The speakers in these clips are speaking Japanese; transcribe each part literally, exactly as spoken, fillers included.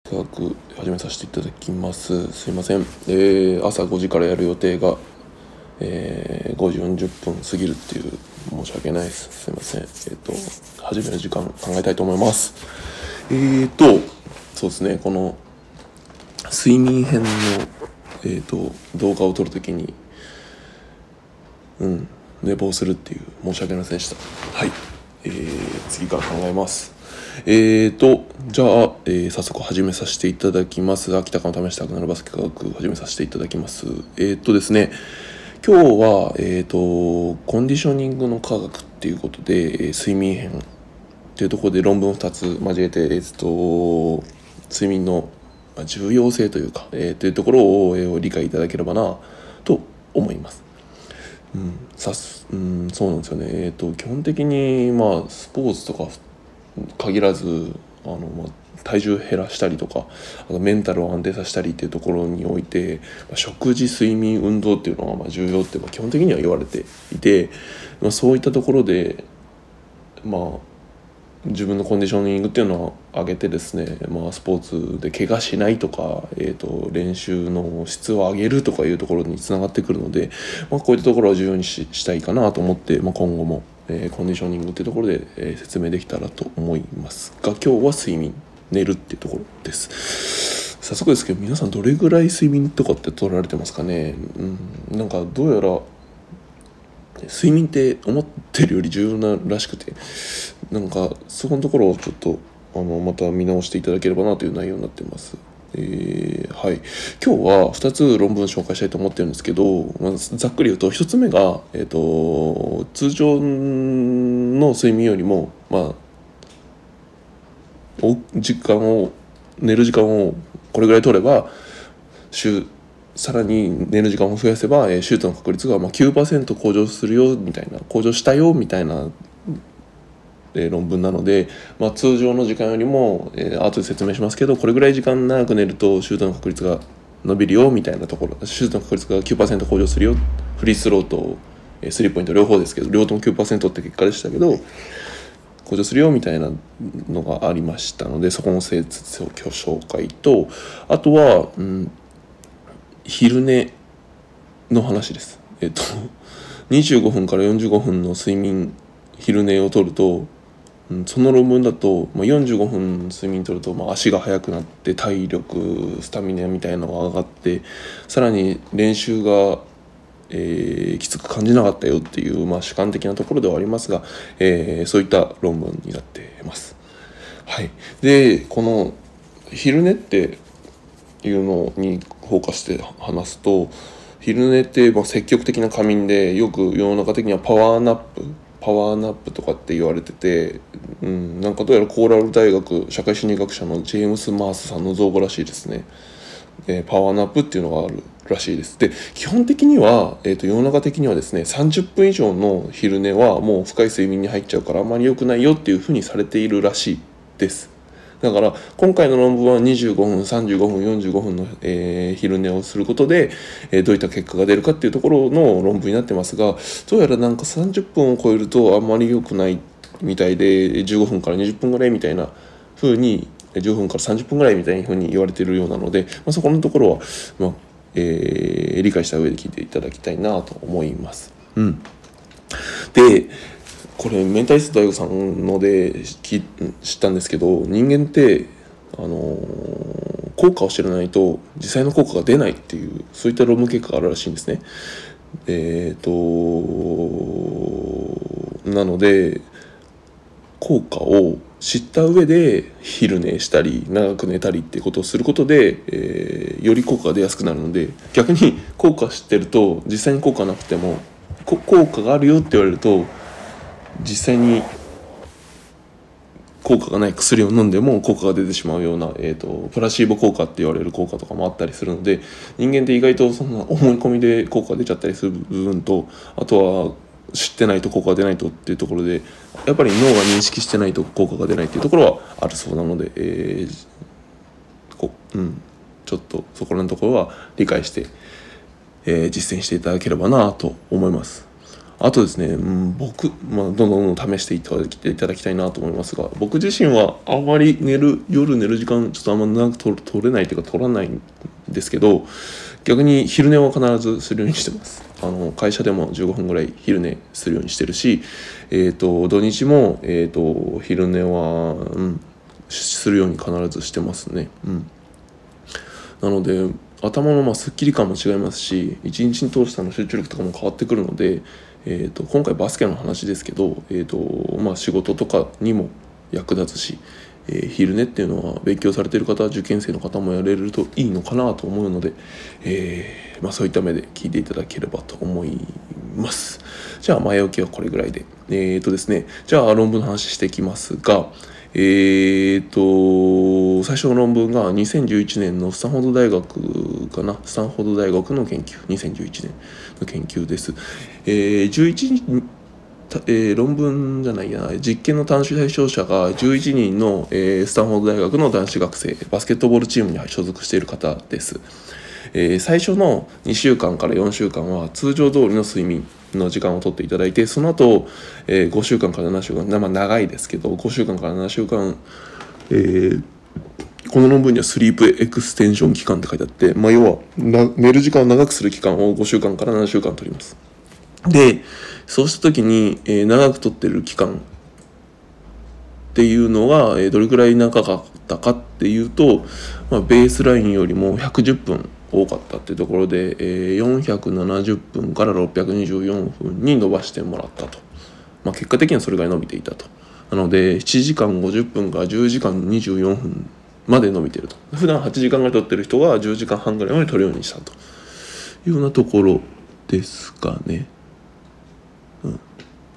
科学始めさせていただきます。すいません、えー、朝ごじからやる予定が、えー、ごじよんじゅっぷん過ぎるっていう、申し訳ないです。すいません。えっ、ー、と始める時間考えたいと思います。えーとそうですね、この睡眠編の、えー、と動画を撮るときにうん寝坊するっていう、申し訳ありませんでした。はい、えー、次から考えます。えーと、じゃあ、えー、早速始めさせていただきます。秋田から試したくなるバスケ科学始めさせていただきます。えーとですね、今日は、えーと、コンディショニングの科学っていうことで、えー、睡眠編っていうところで論文ふたつ交えて、えーと、睡眠の重要性というか、えー、というところを、えー、理解いただければなと思います。うん、さす、うん、そうなんですよね。えーと、基本的に、まあ、スポーツとか限らずあの、まあ、体重減らしたりとか、あとメンタルを安定させたりっていうところにおいて、まあ、食事睡眠運動っていうのがまあ重要ってまあ基本的には言われていて、まあ、そういったところでまあ自分のコンディショニングっていうのを上げてですね、まあ、スポーツで怪我しないとか、えーと、練習の質を上げるとかいうところにつながってくるので、まあ、こういったところを重要に し, したいかなと思って、まあ、今後も、えー、コンディショニングっていうところで、えー、説明できたらと思いますが、今日は睡眠、寝るっていうところです。早速ですけど、皆さんどれぐらい睡眠とかって取られてますかね。うん、なんかどうやら睡眠って思ってるより重要ならしくて、なんかそこのところをちょっとあのまた見直していただければなという内容になっています。えー、はい今日はふたつ論文紹介したいと思ってるんですけど、まあ、ざっくり言うとひとつめが、えーと、通常の睡眠よりも、まあ、お時間を寝る時間をこれぐらい取れば週さらに寝る時間を増やせば、えー、手術の確率がまあ きゅうパーセント 向上するよみたいな、向上したよみたいな、えー、論文なので、まあ、通常の時間よりも、えー、後で説明しますけど、これぐらい時間長く寝ると手術の確率が伸びるよみたいなところ、手術の確率が きゅうパーセント 向上するよ、フリースローと、えー、スリーポイント両方ですけど、両方とも きゅうパーセント って結果でしたけど向上するよみたいなのがありましたので、そこの説を今日紹介と、あとは、うん、昼寝の話です。えっとにじゅうごふんからよんじゅうごふんの睡眠、昼寝をとると、うん、その論文だと、まあ、よんじゅうごふん睡眠とると、まあ、足が速くなって体力スタミナみたいなのが上がって、さらに練習が、えー、きつく感じなかったよっていう、まあ、主観的なところではありますが、えー、そういった論文になっています。はい、でこの昼寝っていうのにフォーカスして話すと、昼寝ってまあ積極的な仮眠で、よく世の中的にはパワーナップパワーナップとかって言われてて、うん、なんかどうやらコーラル大学社会心理学者のジェームス・マースさんの造語らしいですね。えー、パワーナップっていうのがあるらしいです。で基本的には、えー、と世の中的にはですね、さんじゅっぷん以上の昼寝はもう深い睡眠に入っちゃうからあんまり良くないよっていうふうにされているらしいです。だから今回の論文はにじゅうごふん、さんじゅうごふん、よんじゅうごふんの、えー、昼寝をすることで、えー、どういった結果が出るかっていうところの論文になってますが、どうやらなんかさんじゅっぷんを超えるとあんまり良くないみたいで、じゅうごふんからにじゅっぷんぐらいみたいな風に、じゅうごふんからさんじゅっぷんぐらいみたいな風に言われているようなので、まあ、そこのところは、まあえー、理解した上で聞いていただきたいなと思います。うん、でこれメンタリスト大悟さんので知ったんですけど、人間ってあのー、効果を知らないと実際の効果が出ないっていう、そういった論文結果があるらしいんですね。えっ、ー、となので効果を知った上で昼寝したり長く寝たりっていうことをすることで、えー、より効果が出やすくなるので、逆に効果知ってると実際に効果なくても効果があるよって言われると、実際に効果がない薬を飲んでも効果が出てしまうような、えーと、プラシーボ効果って言われる効果とかもあったりするので、人間って意外とそんな思い込みで効果が出ちゃったりする部分と、あとは知ってないと効果が出ないとっていうところで、やっぱり脳が認識してないと効果が出ないっていうところはあるそうなので、えーこうん、ちょっとそこらのところは理解して、えー、実践していただければなと思います。 あとですね、うん、僕、まあ、どんどんどんどん試していただきいただきたいなと思いますが、僕自身はあまり寝る夜寝る時間ちょっとあんま長く取取れないというか取らないんですけど、逆に昼寝は必ずするようにしてます。あの会社でもじゅうごふんぐらい昼寝するようにしてるし、えー、と土日も、えー、と昼寝は、うん、するように必ずしてますね。うん、なので頭のまあすっきり感も違いますし、一日に通したの集中力とかも変わってくるので、えー、と今回バスケの話ですけど、えーとまあ、仕事とかにも役立つし、えー、昼寝っていうのは勉強されている方、受験生の方もやれるといいのかなと思うので、えーまあ、そういった目で聞いていただければと思います。じゃあ前置きはこれぐらいで、えーとですね、じゃあ論文の話していきますが、えーと最初の論文がにせんじゅういちねんのスタンフォード大学かなスタンフォード大学の研究、にせんじゅういちねんの研究です。えー、じゅういちにん、えー、論文じゃないや実験の対象者がじゅういちにんの、えー、スタンフォード大学の男子学生、バスケットボールチームに所属している方です。えー、最初のにしゅうかんからよんしゅうかんは通常通りの睡眠の時間をとっていただいて、その後、えー、ごしゅうかんからななしゅうかん、まあ、長いですけどごしゅうかんからななしゅうかん、えー、この論文にはスリープエクステンション期間って書いてあって、まあ、要は寝る時間を長くする期間をごしゅうかんからななしゅうかん取ります。でそうした時に、えー、長く取ってる期間っていうのが、えー、どれくらい長かったかっていうと、まあ、ベースラインよりもひゃくじゅっぷん多かったっていうところで、えー、よんひゃくななじゅっぷんからろっぴゃくにじゅうよんぷんに伸ばしてもらったと、まあ、結果的にはそれぐらい伸びていたと。なのでしちじかんごじゅっぷんからじゅうじかんにじゅうよんぷんまで伸びていると。普段はちじかんぐらい取ってる人がじゅうじかんはんぐらいまで取るようにしたというようなところですかね。うん、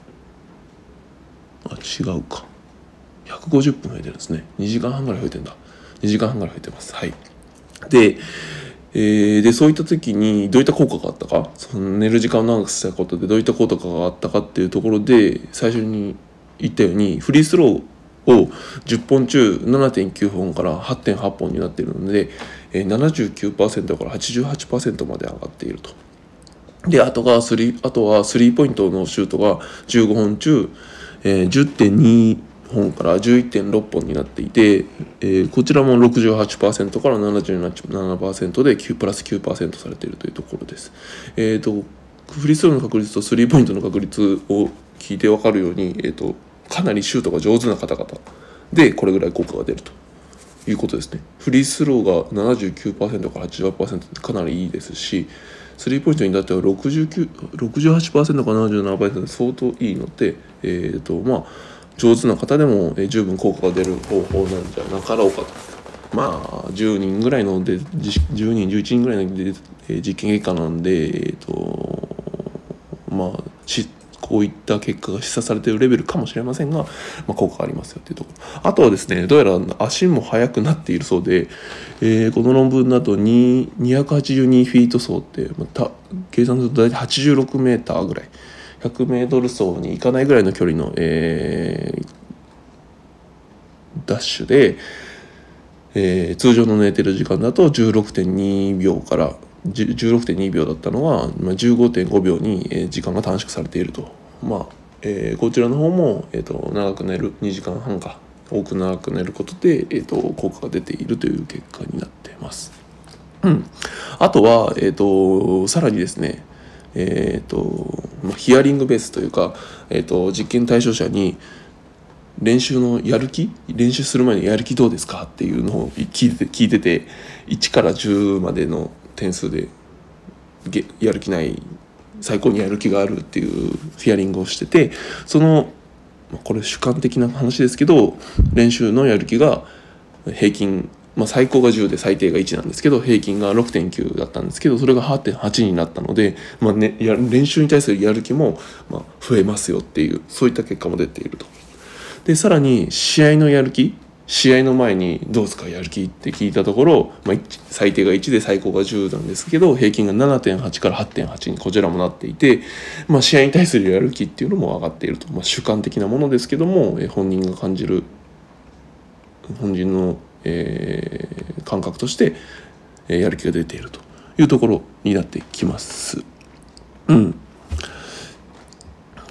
あ違うかひゃくごじゅっぷん増えてるんですね。にじかんはんぐらい増えてんだ。にじかんはんぐらい増えてます。はい。で、えー、でそういった時にどういった効果があったか、その寝る時間を長くしたことでどういった効果があったかっていうところで、最初に言ったようにフリースローをじゅっぽん中 ななてんきゅう 本から はってんはち 本になっているので、えー、ななじゅうきゅうパーセント から はちじゅうはちパーセント まで上がっていると。であとがスリーあとはスリーポイントのシュートがじゅうごほん中、えー、じゅってんに本から じゅういってんろっ 本になっていて、えー、こちらも ろくじゅうはちパーセント から ななじゅうななパーセント できゅうプラス きゅうパーセント されているというところです。えーとフリースローの確率とスリーポイントの確率を聞いて分かるように、えーとかなりシュートが上手な方々でこれぐらい効果が出るということですね。フリースローが ななじゅうきゅうパーセント から はちじゅうはちパーセント ってかなりいいですし、スリーポイントに至ってはろくじゅうきゅう ろくじゅうはちパーセント から ななじゅうななパーセント で相当いいので、えーとまあ上手な方でも、えー、十分効果が出る方法なんじゃなかろうかと。まあじゅうにんぐらいのでじゅうにんじゅういちにんぐらいので、えー、実験結果なんで、えーとまあしこういった結果が示唆されているレベルかもしれませんが、まあ、効果がありますよっていうところ。あとはですね、どうやら足も速くなっているそうで、えー、この論文だとにひゃくはちじゅうにフィート走って、また計算すると大体はちじゅうろくメーターぐらい、ひゃくメートル走に行かないぐらいの距離の、えー、ダッシュで、えー、通常の寝てる時間だと じゅうろくてんにびょうからじゅうろくてんにびょうだったのが、まあ、じゅうごてんごびょうに、えー、時間が短縮されていると。まあえー、こちらの方も、えー、と長く寝るにじかんはんか多く長く寝ることで、えー、と効果が出ているという結果になっています。うん、あとは、えー、とさらにですね、えーとまあ、ヒアリングベースというか、えー、と実験対象者に練習のやる気練習する前にやる気どうですかっていうのを聞いてて聞いてていちからじゅうまでの点数でやる気ない最高にやる気があるっていうヒアリングをしてて、そのこれ主観的な話ですけど練習のやる気が平均、まあ、最高がじゅうで最低がいちなんですけど平均が ろくてんきゅう だったんですけど、それが はってんはち になったので、まあね、や練習に対するやる気もまあ増えますよっていうそういった結果も出ていると。でさらに試合のやる気試合の前にどうですかやる気って聞いたところ、まあ、最低がいちで最高がじゅうなんですけど平均が ななてんはち から はってんはち にこちらもなっていて、まあ、試合に対するやる気っていうのも上がっていると、まあ、主観的なものですけども本人が感じる本人の、えー、感覚としてやる気が出ていると。いうところになってきます。うん。あとはですね、えー、と、まあ、ヒアリングベースというか、えー、と実験対象者に練習のやる気があるっていうのを聞いてて、いちからじゅうまでの点数でやる気があるっていうのを聞いてて、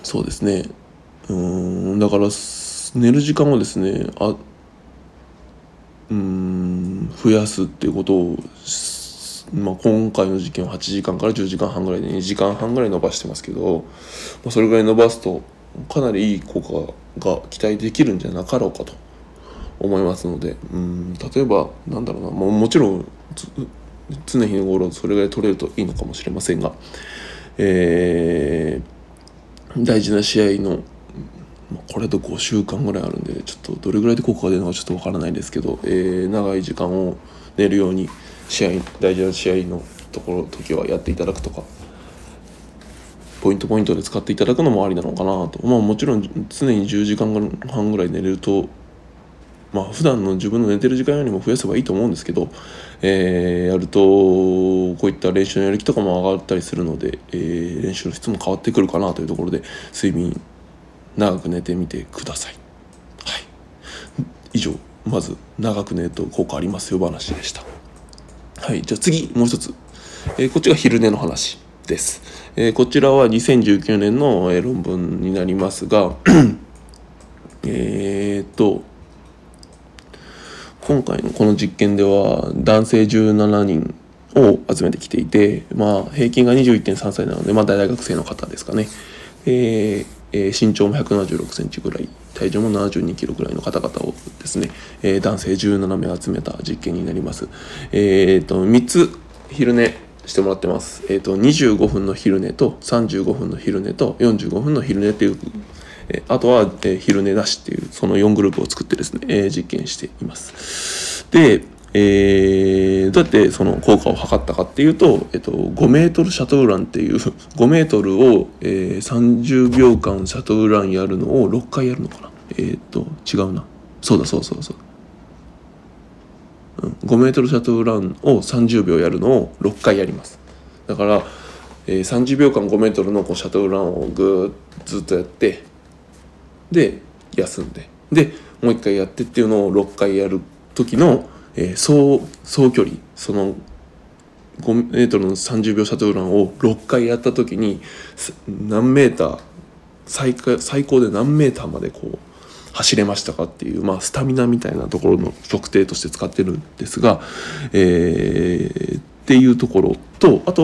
そうですね、うーんだから寝る時間をですねあうーん増やすっていうことを、まあ、今回の実験ははちじかんからじゅうじかんはんぐらいでにじかんはんぐらい伸ばしてますけど、まあ、それぐらい伸ばすとかなりいい効果が期待できるんじゃなかろうかと思いますので、うん例えばなんだろうな、もうもちろん常日頃それぐらい取れるといいのかもしれませんが、えー、大事な試合のこれとごしゅうかんぐらいあるんで、ちょっとどれぐらいで効果が出るのかちょっとわからないですけど、えー、長い時間を寝るように試合大事な試合のところ時はやっていただくとか、ポイントポイントで使っていただくのもありなのかなと。まあもちろん常にじゅうじかんはんぐらい寝れると、まあ普段の自分の寝てる時間よりも増やせばいいと思うんですけど、えー、やるとこういった練習のやる気とかも上がったりするので、えー、練習の質も変わってくるかなというところで、睡眠長く寝てみてください。はい、以上、まず長く寝ると効果ありますよ話でした。はい、じゃあ次もう一つ、えー、こっちが昼寝の話です。えー、こちらはにせんじゅうきゅうねんの、えー、論文になりますがえっと今回のこの実験では男性じゅうななにんを集めてきていて、まあ、平均が にじゅういってんさんさいなので、まあ、大学生の方ですかね。えーえー、身長もひゃくななじゅうろくセンチぐらい、体重もななじゅうにキロぐらいの方々をですね、えー、男性じゅうななめい集めた実験になります。えー、とみっつ昼寝してもらってます。えー、とにじゅうごふんの昼寝とさんじゅうごふんの昼寝とよんじゅうごふんの昼寝っていう、えー、あとは、えー、昼寝なしっていうそのよんグループを作ってですね、えー、実験しています。でえー、どうやってその効果を測ったかっていうと、えっと、ごメートルシャトルランっていうごメートルを、えー、さんじゅうびょうかんシャトルランやるのをろっかいやるのかな、えっと違うなそうだそうそうそう、うん、ごメートルシャトルランをさんじゅうびょうやるのをろっかいやります。だから、えー、さんじゅうびょうかんごメートルのこうシャトルランをぐーっとずっとやって、で休んで、でもういっかいやってっていうのをろっかいやる時のえー、総, 総距離、そのごメートルのさんじゅうびょうシャトルランをろっかいやった時に何メーター 最, 最高で何メーターまでこう走れましたかっていう、まあ、スタミナみたいなところの測定として使ってるんですが、えー、っていうところと、あと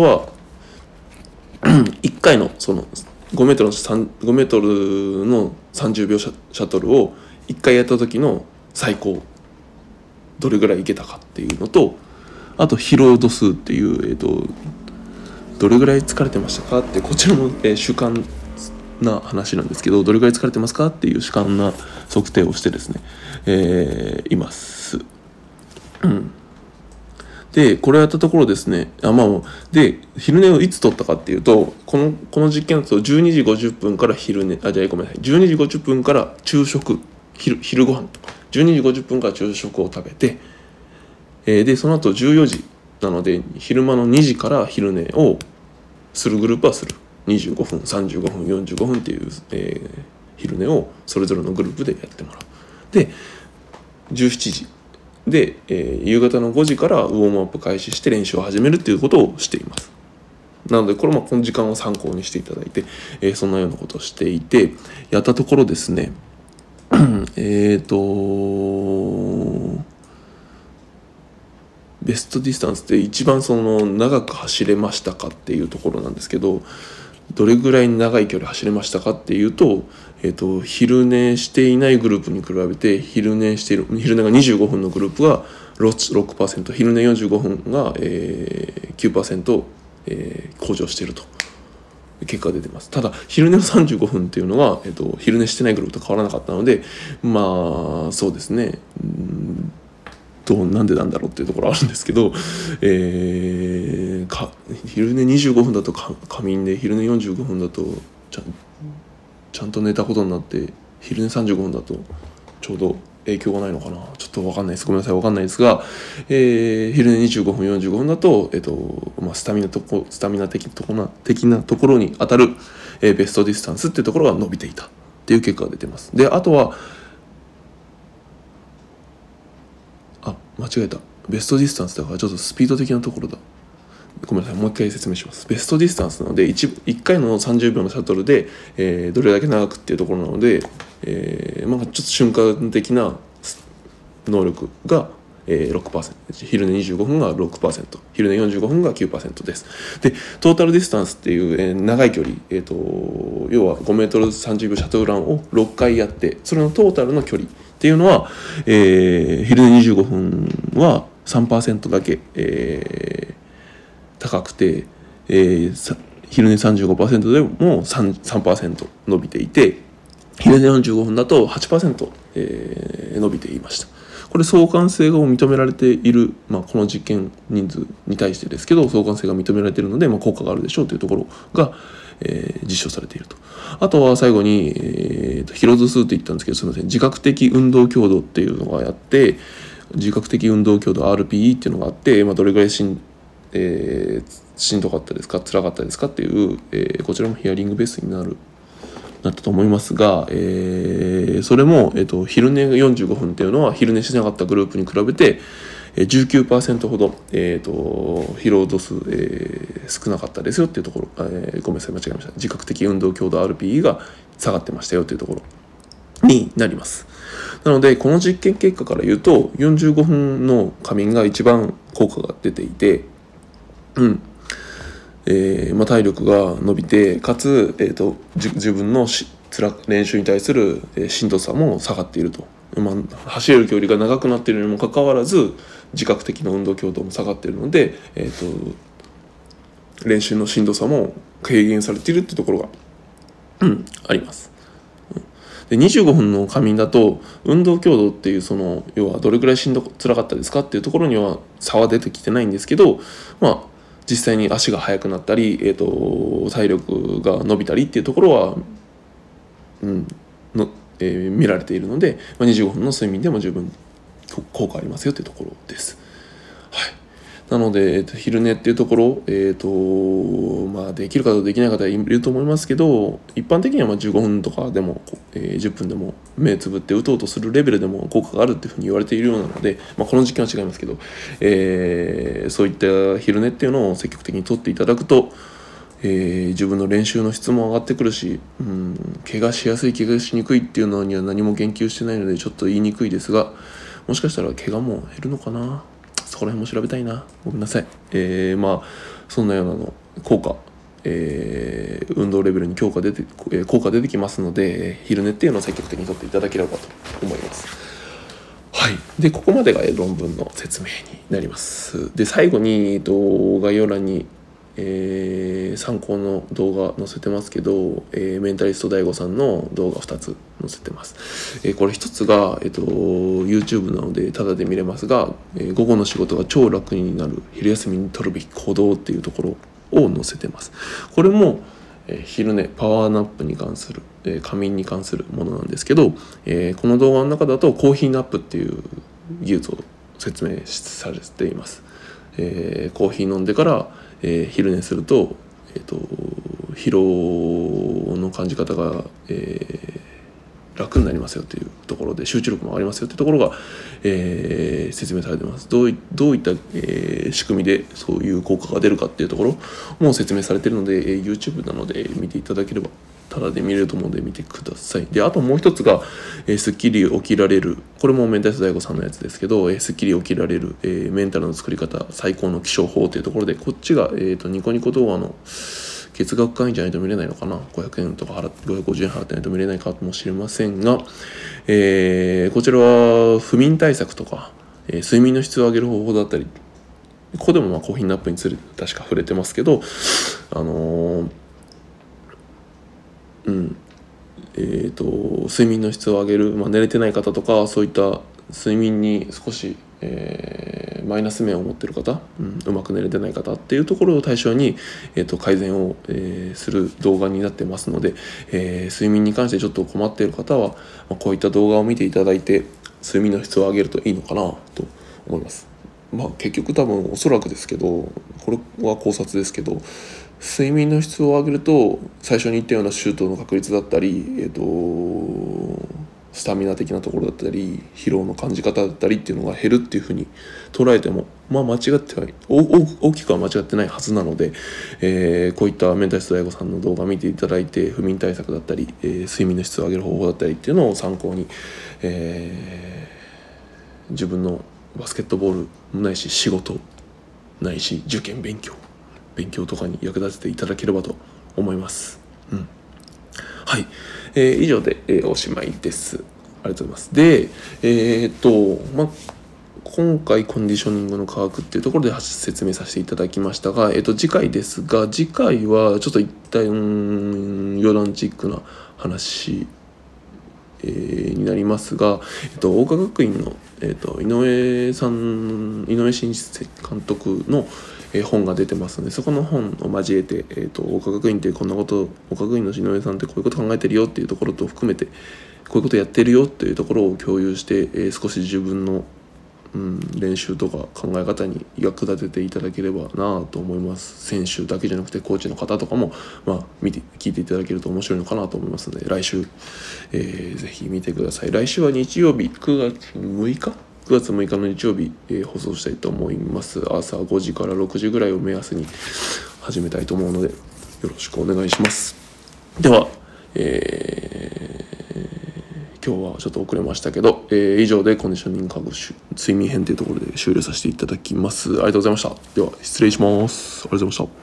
はいっかいのそのごメートルのごメートルのさんじゅうびょうシャトルをいっかいやった時の最高どれぐらいいけたかっていうのと、あと疲労度数っていう、えー、とどれぐらい疲れてましたかって、こちらも、えー、主観な話なんですけど、どれぐらい疲れてますかっていう主観な測定をしてですね、えー、います。うん。でこれをやったところですね、あまあで昼寝をいつ取ったかっていうと、このこの実験だとじゅうにじごじゅっぷんから昼寝、あじゃあごめんなさい、じゅうにじごじゅっぷんから昼食、昼昼ご飯じゅうにじごじゅっぷんから昼食を食べて、えー、でその後じゅうよじなので昼間のにじから昼寝をするグループはする、にじゅうごふんさんじゅうごふんよんじゅうごふんっていう、えー、昼寝をそれぞれのグループでやってもらう。でじゅうしちじで、えー、夕方のごじからウォームアップ開始して練習を始めるっていうことをしています。なのでこれもこの時間を参考にしていただいて、えー、そんなようなことをしていてやったところですねえっとベストディスタンスって一番その長く走れましたかっていうところなんですけど、どれぐらい長い距離走れましたかっていうと、えーと、昼寝していないグループに比べて昼寝している昼寝がにじゅうごふんのグループが ろくパーセント、 昼寝よんじゅうごふんが、えー、きゅうパーセント、えー、向上していると結果が出てます。ただ昼寝のさんじゅうごふんっていうのは、えーと、昼寝してないグループと変わらなかったので、まあそうですね、うんどうなんでなんだろうっていうところあるんですけど、えー、か昼寝にじゅうごふんだと仮眠で、昼寝よんじゅうごふんだとちゃんちゃんと寝たことになって、昼寝さんじゅうごふんだとちょうど影響がないのかな、ちょっと分かんないです、ごめんなさい分かんないですが、えー、昼寝にじゅうごふんよんじゅうごふんだと、えーとまあ、スタミナとこスタミナ的なところ的なところに当たる、えー、ベストディスタンスっていうところが伸びていたっていう結果が出てます。であとはあ間違えた、ベストディスタンスだからちょっとスピード的なところだ、 ごめんなさい、もう一回説明します。ベストディスタンスなので 1, いっかいのさんじゅうびょうのシャトルで、えー、どれだけ長くっていうところなので、えーまあ、ちょっと瞬間的な能力が、えー、ろくパーセント、昼寝にじゅうごふんが ろくパーセント、昼寝よんじゅうごふんが きゅうパーセント です。でトータルディスタンスっていう、えー、長い距離、えー、と要はごメートルさんじゅうびょうシャトルランをろっかいやって、それのトータルの距離っていうのは、えー、昼寝にじゅうごふんは さんパーセント だけ、えー、高くて、えー、昼寝 さんじゅうごパーセント でも 3, さんパーセント伸びていて、昼寝よんじゅうごふんだと はちパーセント、えー、伸びていました。これ相関性が認められている、まあ、この実験人数に対してですけど相関性が認められているので、まあ、効果があるでしょうというところが、えー、実証されていると。あとは最後に、えー、とヒロズ数って言ったんですけど、すみません、自覚的運動強度っていうのがあって、自覚的運動強度 アールピーイー っていうのがあって、まあ、どれぐらいしん、えー、しんどかったですか、辛かったですかっていう、えー、こちらもヒアリングベースになるなったと思いますが、えー、それも、えー、と昼寝よんじゅうごふんっていうのは昼寝しなかったグループに比べて じゅうきゅうパーセント ほど、えー、と疲労度数、えー、少なかったですよっていうところ、えー、ごめんなさい間違えました。自覚的運動強度 アールピーイー が下がってましたよというところになります。なのでこの実験結果から言うとよんじゅうごふんの仮眠が一番効果が出ていて、うんえーまあ、体力が伸びてかつ、えー、と自分のしつら練習に対する、えー、しんどさも下がっていると、まあ、走れる距離が長くなっているにもかかわらず自覚的な運動強度も下がっているので、えー、と練習のしんどさも軽減されているっていうところが、うん、あります。でにじゅうごふんの仮眠だと運動強度っていうその要はどれくらいしんど辛かったですかっていうところには差は出てきてないんですけど、まあ実際に足が速くなったり、えー、と体力が伸びたりっていうところは、うんのえー、見られているので、まあ、にじゅうごふんの睡眠でも十分効果ありますよというところです。はい、なので、えー、と昼寝っていうところ、えーとまあ、できる方とできない方いると思いますけど、一般的にはまあじゅうごふんとかでも、えー、じゅっぷんでも目つぶって打とうとするレベルでも効果があるっていうふうに言われているようなので、まあ、この実験は違いますけど、えー、そういった昼寝っていうのを積極的にとっていただくと、えー、自分の練習の質も上がってくるし、うん、怪我しやすい怪我しにくいっていうのには何も言及してないのでちょっと言いにくいですが、もしかしたら怪我も減るのかな、そこら辺も調べたいな、ごめんなさい。えー、まあそんなようなの効果、えー、運動レベルに効果出て、えー、効果出てきますので、昼寝っていうのを積極的にとっていただければと思います。はい、でここまでが論文の説明になります。で最後に、えっと、概要欄にえー、参考の動画載せてますけど、えー、メンタリスト ダイゴ さんの動画ふたつ載せてます。えー、これひとつが、えーと、YouTube なのでタダで見れますが、えー、午後の仕事が超楽になる昼休みに取るべき行動っていうところを載せてます。これも、えー、昼寝パワーナップに関する、えー、仮眠に関するものなんですけど、えー、この動画の中だとコーヒーナップっていう技術を説明されています。えー、コーヒー飲んでからえー、昼寝すると、えーと、疲労の感じ方が、えー、楽になりますよというところで集中力も上がりますよというところが、えー、説明されています。どうい、どういった、えー、仕組みでそういう効果が出るかっていうところも説明されているので、えー、YouTube なので見ていただければただで見れると思うので見てください。であともう一つが、えー、スッキリ起きられる、これもメンタリスト ダイゴ さんのやつですけど、えー、スッキリ起きられる、えー、メンタルの作り方最高の起床法というところで、こっちが、えー、とニコニコ動画の月額会員じゃないと見れないのかな、ごひゃくえんとか払ってごひゃくごじゅうえん払ってないと見れないかもしれませんが、えー、こちらは不眠対策とか、えー、睡眠の質を上げる方法だったり、ここでもまあコーヒーナップについて確か触れてますけど、あのーうんえー、と睡眠の質を上げる、まあ、寝れてない方とかそういった睡眠に少し、えー、マイナス面を持っている方、うん、うまく寝れてない方っていうところを対象に、えー、と改善を、えー、する動画になってますので、えー、睡眠に関してちょっと困っている方は、まあ、こういった動画を見ていただいて睡眠の質を上げるといいのかなと思います。まあ、結局多分おそらくですけど、これは考察ですけど、睡眠の質を上げると最初に言ったようなシュートの確率だったり、えー、とスタミナ的なところだったり疲労の感じ方だったりっていうのが減るっていうふうに捉えてもまあ間違ってはい大きくは間違ってないはずなので、えー、こういったメンタリスト大悟さんの動画を見ていただいて不眠対策だったり、えー、睡眠の質を上げる方法だったりっていうのを参考に、えー、自分のバスケットボールないし仕事ないし受験勉強勉強とかに役立てていただければと思います。うんはい、えー、以上で、えー、おしまいです。ありがとうございます。で、えー、っと、ま、今回コンディショニングの科学っていうところで説明させていただきましたが、えー、っと次回ですが、次回はちょっと一体余談チックな話、えー、になりますが、えー、っと桜花学院の、えー、っと井上さん、井上真一監督のえー、本が出てますので、そこの本を交えて、えーと、桜花学院ってこんなこと桜花学院の井上さんってこういうこと考えてるよっていうところと含めてこういうことやってるよっていうところを共有して、えー、少し自分の、うん、練習とか考え方に役立てていただければなと思います。選手だけじゃなくてコーチの方とかも、まあ、見て聞いていただけると面白いのかなと思いますので、来週、えー、ぜひ見てください。来週は日曜日くがつむいかくがつむいかの日曜日、えー、放送したいと思います。朝ごじからろくじぐらいを目安に始めたいと思うのでよろしくお願いします。では、えー、今日はちょっと遅れましたけど、えー、以上でコンディショニング科学睡眠編というところで終了させていただきます。ありがとうございました。では失礼します。ありがとうございました。